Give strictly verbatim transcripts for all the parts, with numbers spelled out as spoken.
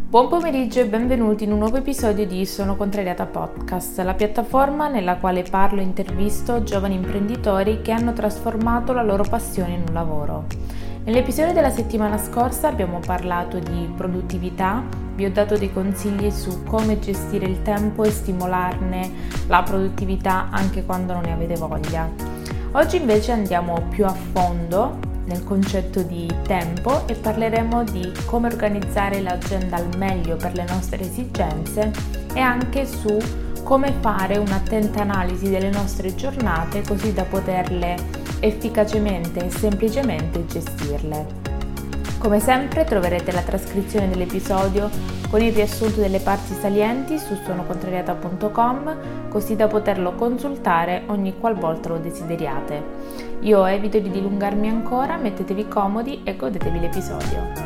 Buon pomeriggio e benvenuti in un nuovo episodio di Sono Contrariata Podcast, la piattaforma nella quale parlo e intervisto giovani imprenditori che hanno trasformato la loro passione in un lavoro. Nell'episodio della settimana scorsa abbiamo parlato di produttività, vi ho dato dei consigli su come gestire il tempo e stimolarne la produttività anche quando non ne avete voglia. Oggi invece andiamo più a fondo nel concetto di tempo e parleremo di come organizzare l'agenda al meglio per le nostre esigenze e anche su come fare un'attenta analisi delle nostre giornate così da poterle efficacemente e semplicemente gestirle. Come sempre troverete la trascrizione dell'episodio con il riassunto delle parti salienti su sonocontrariata punto com così da poterlo consultare ogni qualvolta lo desideriate. Io evito di dilungarmi ancora, mettetevi comodi e godetevi l'episodio.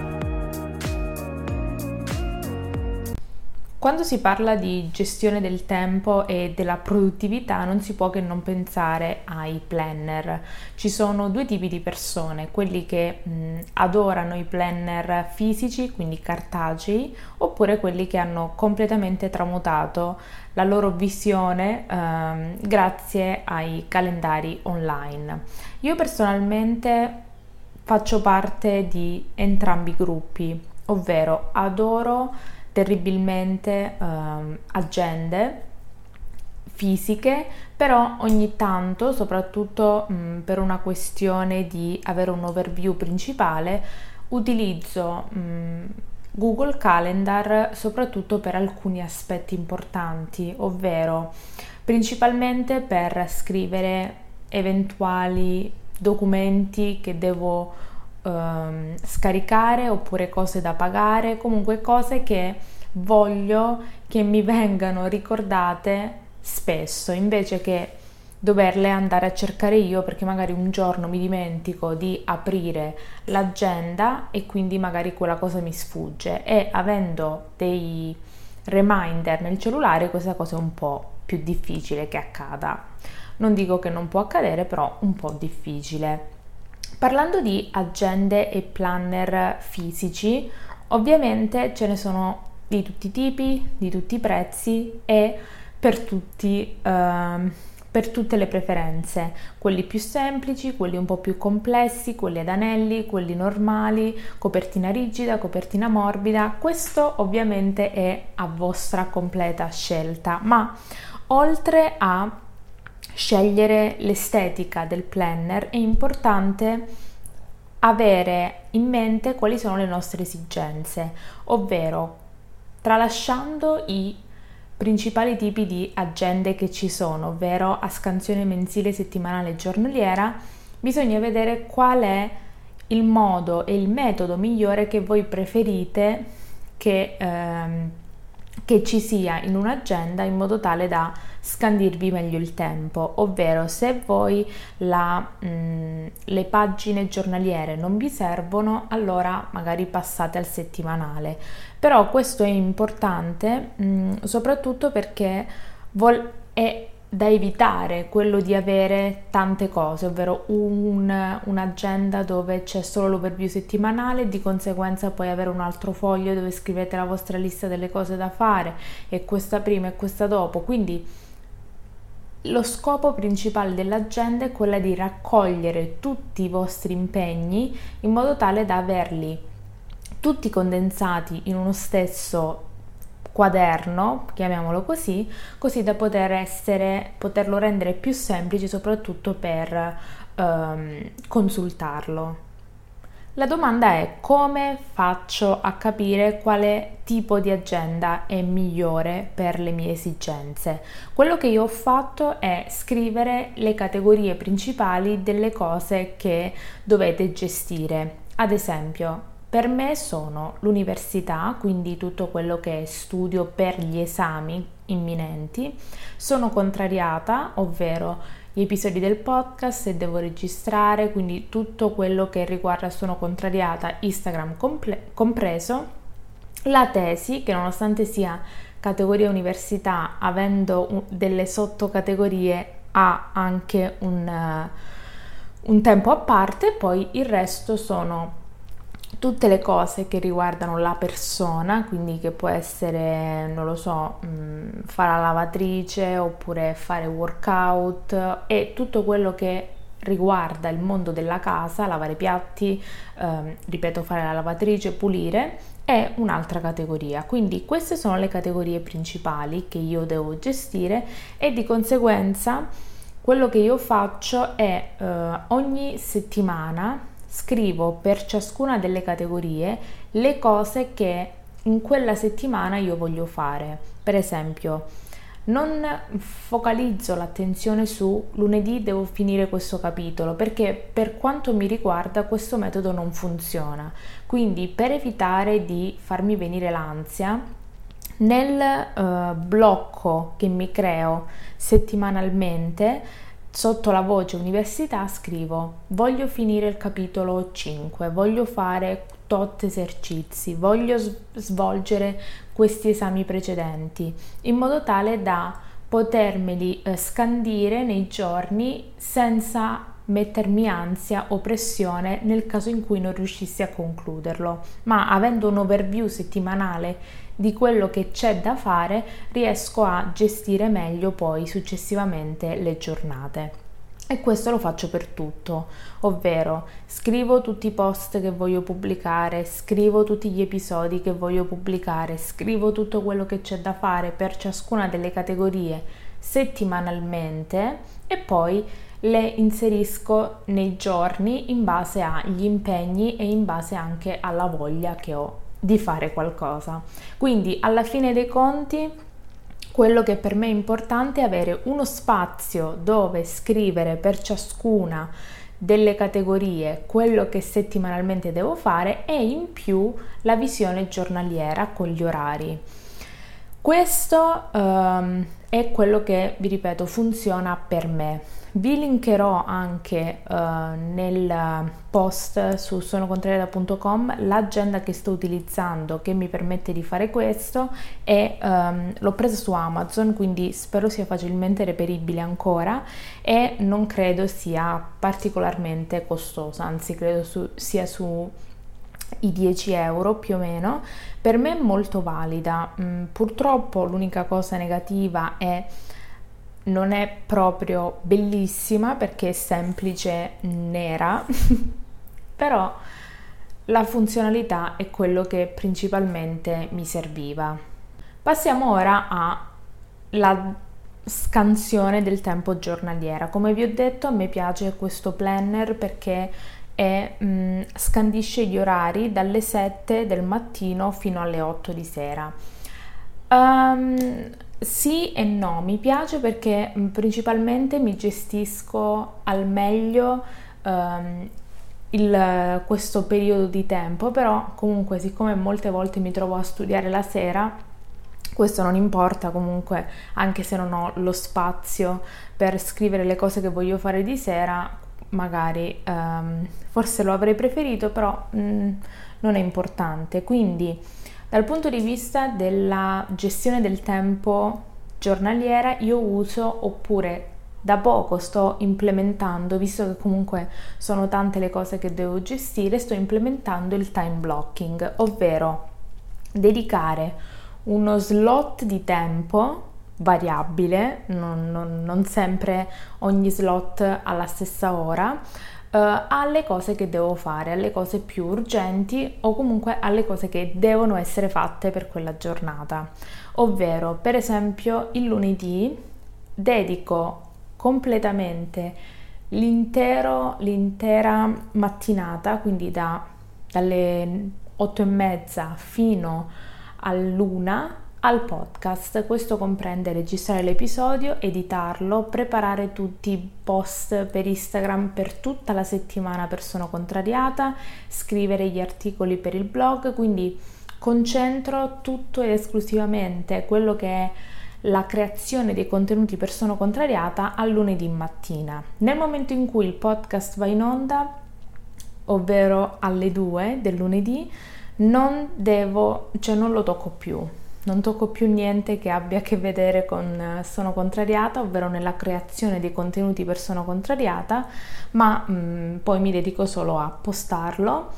Quando si parla di gestione del tempo e della produttività non si può che non pensare ai planner. Ci sono due tipi di persone, quelli che mh, adorano i planner fisici, quindi cartacei, oppure quelli che hanno completamente tramutato la loro visione ehm, grazie ai calendari online. Io personalmente faccio parte di entrambi i gruppi, ovvero adoro terribilmente ehm, agende fisiche, però ogni tanto, soprattutto mh, per una questione di avere un overview principale, utilizzo mh, Google Calendar soprattutto per alcuni aspetti importanti, ovvero principalmente per scrivere eventuali documenti che devo ehm, scaricare oppure cose da pagare, comunque cose che voglio che mi vengano ricordate spesso invece che doverle andare a cercare io perché magari un giorno mi dimentico di aprire l'agenda e quindi magari quella cosa mi sfugge, e avendo dei reminder nel cellulare questa cosa è un po' più difficile che accada. Non dico che non può accadere, però un po' difficile. Parlando di agende e planner fisici, ovviamente ce ne sono di tutti i tipi, di tutti i prezzi e per tutti ehm, per tutte le preferenze, quelli più semplici, quelli un po' più complessi, quelli ad anelli, quelli normali, copertina rigida, copertina morbida. Questo ovviamente è a vostra completa scelta, ma oltre a scegliere l'estetica del planner è importante avere in mente quali sono le nostre esigenze, ovvero tralasciando i principali tipi di agende che ci sono, ovvero a scansione mensile, settimanale e giornaliera, bisogna vedere qual è il modo e il metodo migliore che voi preferite che, ehm, che ci sia in un'agenda in modo tale da scandirvi meglio il tempo, ovvero se voi la, mh, le pagine giornaliere non vi servono, allora magari passate al settimanale. Però questo è importante mh, soprattutto perché vol- è da evitare quello di avere tante cose, ovvero un, un'agenda dove c'è solo l'overview settimanale e di conseguenza poi avere un altro foglio dove scrivete la vostra lista delle cose da fare e questa prima e questa dopo. Quindi lo scopo principale dell'agenda è quella di raccogliere tutti i vostri impegni in modo tale da averli tutti condensati in uno stesso quaderno, chiamiamolo così, così da poter essere, poterlo rendere più semplice soprattutto per ehm, consultarlo. La domanda è: come faccio a capire quale tipo di agenda è migliore per le mie esigenze? Quello che io ho fatto è scrivere le categorie principali delle cose che dovete gestire. Ad esempio, per me sono l'università, quindi tutto quello che è studio per gli esami imminenti, sono contrariata, ovvero gli episodi del podcast se devo registrare, quindi tutto quello che riguarda Sono Contrariata, Instagram comple- compreso, la tesi che nonostante sia categoria università, avendo un, delle sottocategorie, ha anche un, uh, un tempo a parte, poi il resto sono tutte le cose che riguardano la persona, quindi che può essere, non lo so, mh, fare la lavatrice oppure fare workout, e tutto quello che riguarda il mondo della casa, lavare i piatti, ehm, ripeto, fare la lavatrice, pulire, è un'altra categoria. Quindi queste sono le categorie principali che io devo gestire, e di conseguenza quello che io faccio è eh, ogni settimana scrivo per ciascuna delle categorie le cose che in quella settimana io voglio fare. Per esempio, non focalizzo l'attenzione su lunedì devo finire questo capitolo, perché per quanto mi riguarda questo metodo non funziona. Quindi, per evitare di farmi venire l'ansia, nel eh, blocco che mi creo settimanalmente sotto la voce università scrivo: voglio finire il capitolo cinque, voglio fare tot esercizi, voglio svolgere questi esami precedenti, in modo tale da potermeli eh, scandire nei giorni senza mettermi ansia o pressione nel caso in cui non riuscissi a concluderlo, ma avendo un overview settimanale di quello che c'è da fare riesco a gestire meglio poi successivamente le giornate. E questo lo faccio per tutto, ovvero scrivo tutti i post che voglio pubblicare, scrivo tutti gli episodi che voglio pubblicare, scrivo tutto quello che c'è da fare per ciascuna delle categorie settimanalmente, e poi le inserisco nei giorni in base agli impegni e in base anche alla voglia che ho di fare qualcosa. Quindi alla fine dei conti quello che per me è importante è avere uno spazio dove scrivere per ciascuna delle categorie quello che settimanalmente devo fare, e in più la visione giornaliera con gli orari. Questo um, è quello che, vi ripeto, funziona per me. Vi linkerò anche uh, nel post su sonocontrariata punto com l'agenda che sto utilizzando che mi permette di fare questo, e um, l'ho presa su Amazon, quindi spero sia facilmente reperibile ancora, e non credo sia particolarmente costosa, anzi credo su, sia su i dieci euro più o meno. Per me è molto valida. Mm, purtroppo l'unica cosa negativa è non è proprio bellissima perché è semplice nera però la funzionalità è quello che principalmente mi serviva. Passiamo ora alla scansione del tempo giornaliera. Come vi ho detto, a me piace questo planner perché e mh, scandisce gli orari dalle sette del mattino fino alle otto di sera. Um, sì e no, mi piace perché mh, principalmente mi gestisco al meglio um, il, questo periodo di tempo, però comunque siccome molte volte mi trovo a studiare la sera, questo non importa comunque, anche se non ho lo spazio per scrivere le cose che voglio fare di sera, magari um, forse lo avrei preferito, però mh, non è importante. Quindi dal punto di vista della gestione del tempo giornaliera io uso, oppure da poco sto implementando, visto che comunque sono tante le cose che devo gestire, sto implementando il time blocking, ovvero dedicare uno slot di tempo variabile, non, non, non sempre ogni slot alla stessa ora, eh, alle cose che devo fare, alle cose più urgenti o comunque alle cose che devono essere fatte per quella giornata. Ovvero, per esempio, il lunedì dedico completamente l'intero, l'intera mattinata, quindi da, dalle otto e mezza fino all'una, al podcast. Questo comprende registrare l'episodio, editarlo, preparare tutti i post per Instagram per tutta la settimana per Sono Contrariata, scrivere gli articoli per il blog, quindi concentro tutto ed esclusivamente quello che è la creazione dei contenuti per Sono Contrariata al lunedì mattina. Nel momento in cui il podcast va in onda, ovvero alle due del lunedì, non devo, cioè non lo tocco più. Non tocco più niente che abbia a che vedere con Sono Contrariata, ovvero nella creazione dei contenuti per Sono Contrariata, ma mh, poi mi dedico solo a postarlo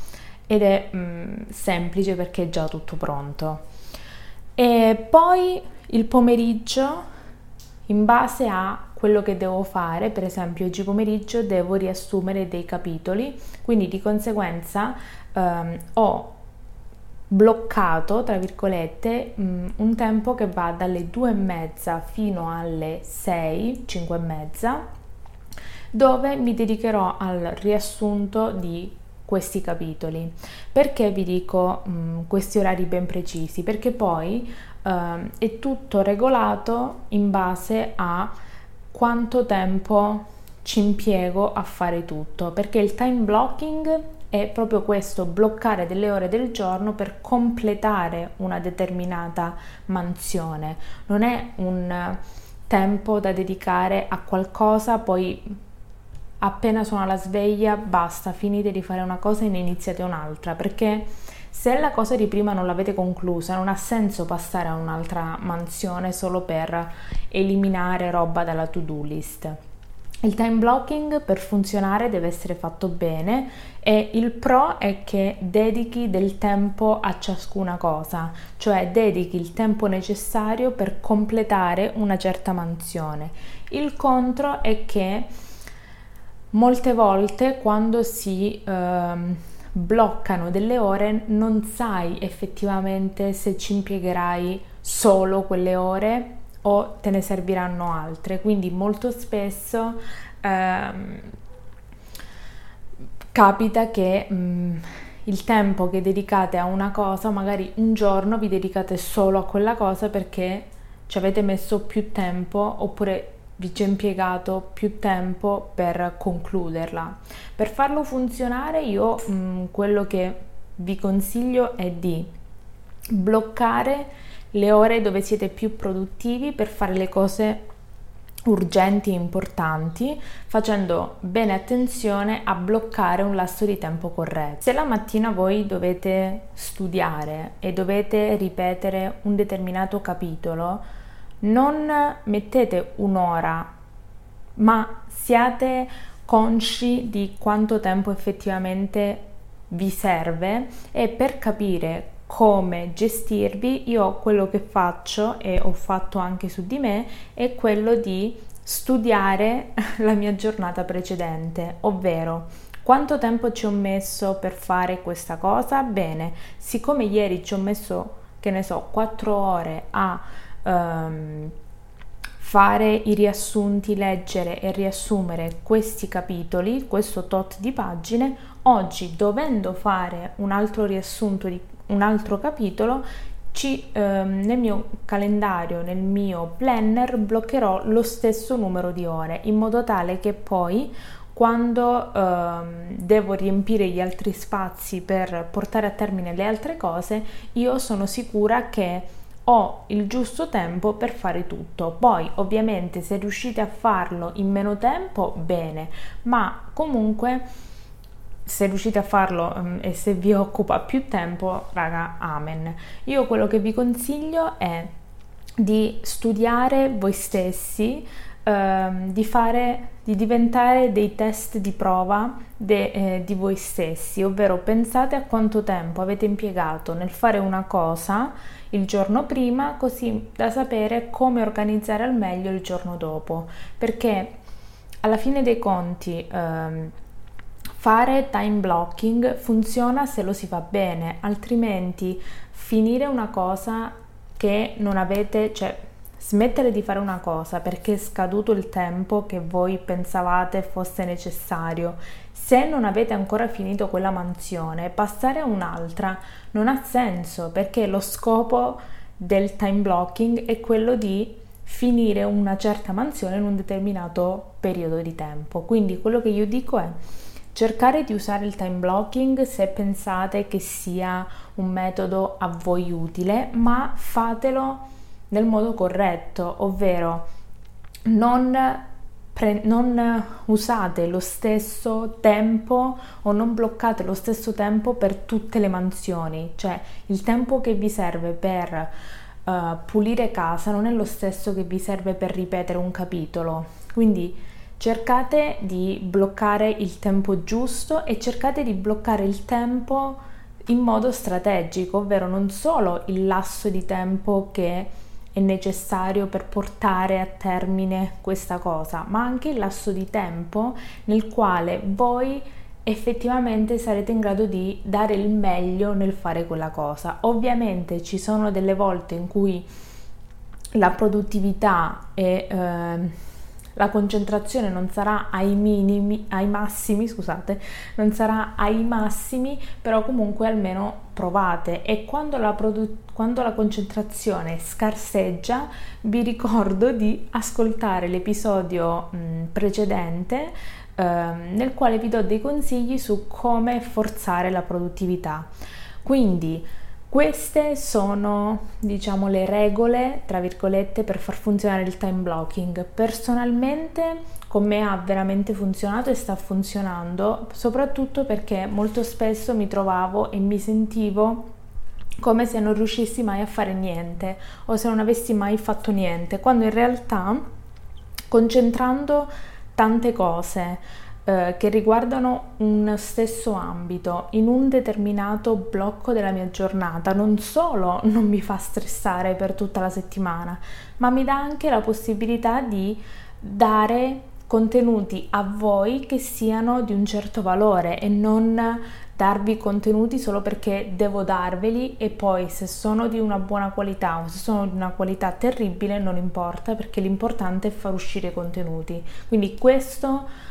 ed è mh, semplice perché è già tutto pronto. E poi il pomeriggio, in base a quello che devo fare, per esempio oggi pomeriggio devo riassumere dei capitoli, quindi di conseguenza ehm, ho bloccato, tra virgolette, mh, un tempo che va dalle due e mezza fino alle sei, cinque e mezza, dove mi dedicherò al riassunto di questi capitoli. Perché vi dico mh, questi orari ben precisi? Perché poi uh, è tutto regolato in base a quanto tempo ci impiego a fare tutto, perché il time blocking è proprio questo, bloccare delle ore del giorno per completare una determinata mansione. Non è un tempo da dedicare a qualcosa, poi appena suona la sveglia, basta, finite di fare una cosa e ne iniziate un'altra, perché se la cosa di prima non l'avete conclusa, non ha senso passare a un'altra mansione solo per eliminare roba dalla to-do list. Il time blocking per funzionare deve essere fatto bene e il pro è che dedichi del tempo a ciascuna cosa, cioè dedichi il tempo necessario per completare una certa mansione. Il contro è che molte volte quando si ehm, bloccano delle ore non sai effettivamente se ci impiegherai solo quelle ore o te ne serviranno altre, quindi molto spesso ehm, capita che mh, il tempo che dedicate a una cosa, magari un giorno vi dedicate solo a quella cosa perché ci avete messo più tempo oppure vi c'è impiegato più tempo per concluderla. Per farlo funzionare io mh, quello che vi consiglio è di bloccare le ore dove siete più produttivi per fare le cose urgenti e importanti, facendo bene attenzione a bloccare un lasso di tempo corretto. Se la mattina voi dovete studiare e dovete ripetere un determinato capitolo, non mettete un'ora, ma siate consci di quanto tempo effettivamente vi serve, e per capire come gestirvi, io quello che faccio e ho fatto anche su di me è quello di studiare la mia giornata precedente, ovvero quanto tempo ci ho messo per fare questa cosa. Bene, siccome ieri ci ho messo, che ne so, quattro ore a um, fare i riassunti, leggere e riassumere questi capitoli, questo tot di pagine, oggi dovendo fare un altro riassunto di un altro capitolo, ci, ehm, nel mio calendario, nel mio planner bloccherò lo stesso numero di ore, in modo tale che poi quando ehm, devo riempire gli altri spazi per portare a termine le altre cose, io sono sicura che ho il giusto tempo per fare tutto. Poi ovviamente se riuscite a farlo in meno tempo, bene, ma comunque se riuscite a farlo um, e se vi occupa più tempo, raga, amen. Io quello che vi consiglio è di studiare voi stessi, uh, di fare, di diventare dei test di prova de, eh, di voi stessi, ovvero pensate a quanto tempo avete impiegato nel fare una cosa il giorno prima, così da sapere come organizzare al meglio il giorno dopo, perché alla fine dei conti um, fare time blocking funziona se lo si fa bene, altrimenti finire una cosa che non avete, cioè smettere di fare una cosa perché è scaduto il tempo che voi pensavate fosse necessario, se non avete ancora finito quella mansione, passare a un'altra non ha senso, perché lo scopo del time blocking è quello di finire una certa mansione in un determinato periodo di tempo. Quindi quello che io dico è: cercare di usare il time blocking se pensate che sia un metodo a voi utile, ma fatelo nel modo corretto, ovvero non, pre- non usate lo stesso tempo o non bloccate lo stesso tempo per tutte le mansioni, cioè il tempo che vi serve per uh, pulire casa non è lo stesso che vi serve per ripetere un capitolo, quindi cercate di bloccare il tempo giusto e cercate di bloccare il tempo in modo strategico, ovvero non solo il lasso di tempo che è necessario per portare a termine questa cosa, ma anche il lasso di tempo nel quale voi effettivamente sarete in grado di dare il meglio nel fare quella cosa. Ovviamente ci sono delle volte in cui la produttività e eh, la concentrazione non sarà ai minimi, ai massimi, scusate, non sarà ai massimi, però comunque almeno provate. E quando la, produ- quando la concentrazione scarseggia, vi ricordo di ascoltare l'episodio mh, precedente eh, nel quale vi do dei consigli su come forzare la produttività. Quindi queste sono, diciamo, le regole, tra virgolette, per far funzionare il time blocking. Personalmente con me ha veramente funzionato e sta funzionando, soprattutto perché molto spesso mi trovavo e mi sentivo come se non riuscissi mai a fare niente o se non avessi mai fatto niente, quando in realtà, concentrando tante cose Eh, che riguardano un stesso ambito in un determinato blocco della mia giornata, non solo non mi fa stressare per tutta la settimana, ma mi dà anche la possibilità di dare contenuti a voi che siano di un certo valore e non darvi contenuti solo perché devo darveli, e poi se sono di una buona qualità o se sono di una qualità terribile non importa, perché l'importante è far uscire i contenuti. Quindi questo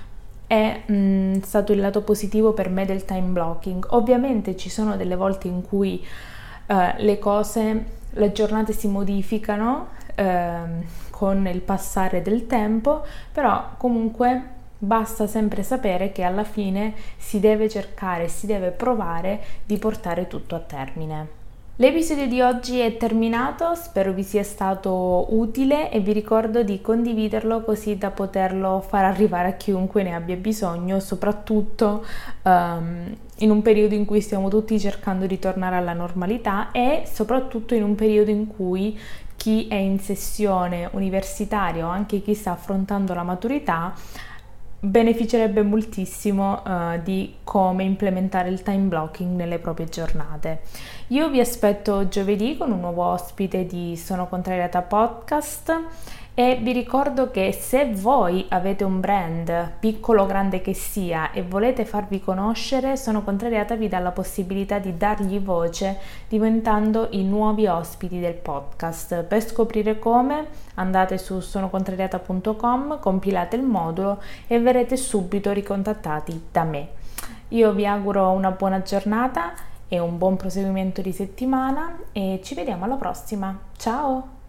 è mh, stato il lato positivo per me del time blocking. Ovviamente ci sono delle volte in cui eh, le cose, le giornate si modificano eh, con il passare del tempo, però comunque basta sempre sapere che alla fine si deve cercare, si deve provare di portare tutto a termine. L'episodio di oggi è terminato, spero vi sia stato utile e vi ricordo di condividerlo così da poterlo far arrivare a chiunque ne abbia bisogno, soprattutto um, in un periodo in cui stiamo tutti cercando di tornare alla normalità e soprattutto in un periodo in cui chi è in sessione universitaria o anche chi sta affrontando la maturità beneficerebbe moltissimo uh, di come implementare il time blocking nelle proprie giornate. Io vi aspetto giovedì con un nuovo ospite di Sono Contrariata Podcast e vi ricordo che se voi avete un brand, piccolo o grande che sia, e volete farvi conoscere, Sono Contrariata vi dà la possibilità di dargli voce diventando i nuovi ospiti del podcast. Per scoprire come, andate su sono contrariata punto com, compilate il modulo e verrete subito ricontattati da me. Io vi auguro una buona giornata e un buon proseguimento di settimana e ci vediamo alla prossima. Ciao!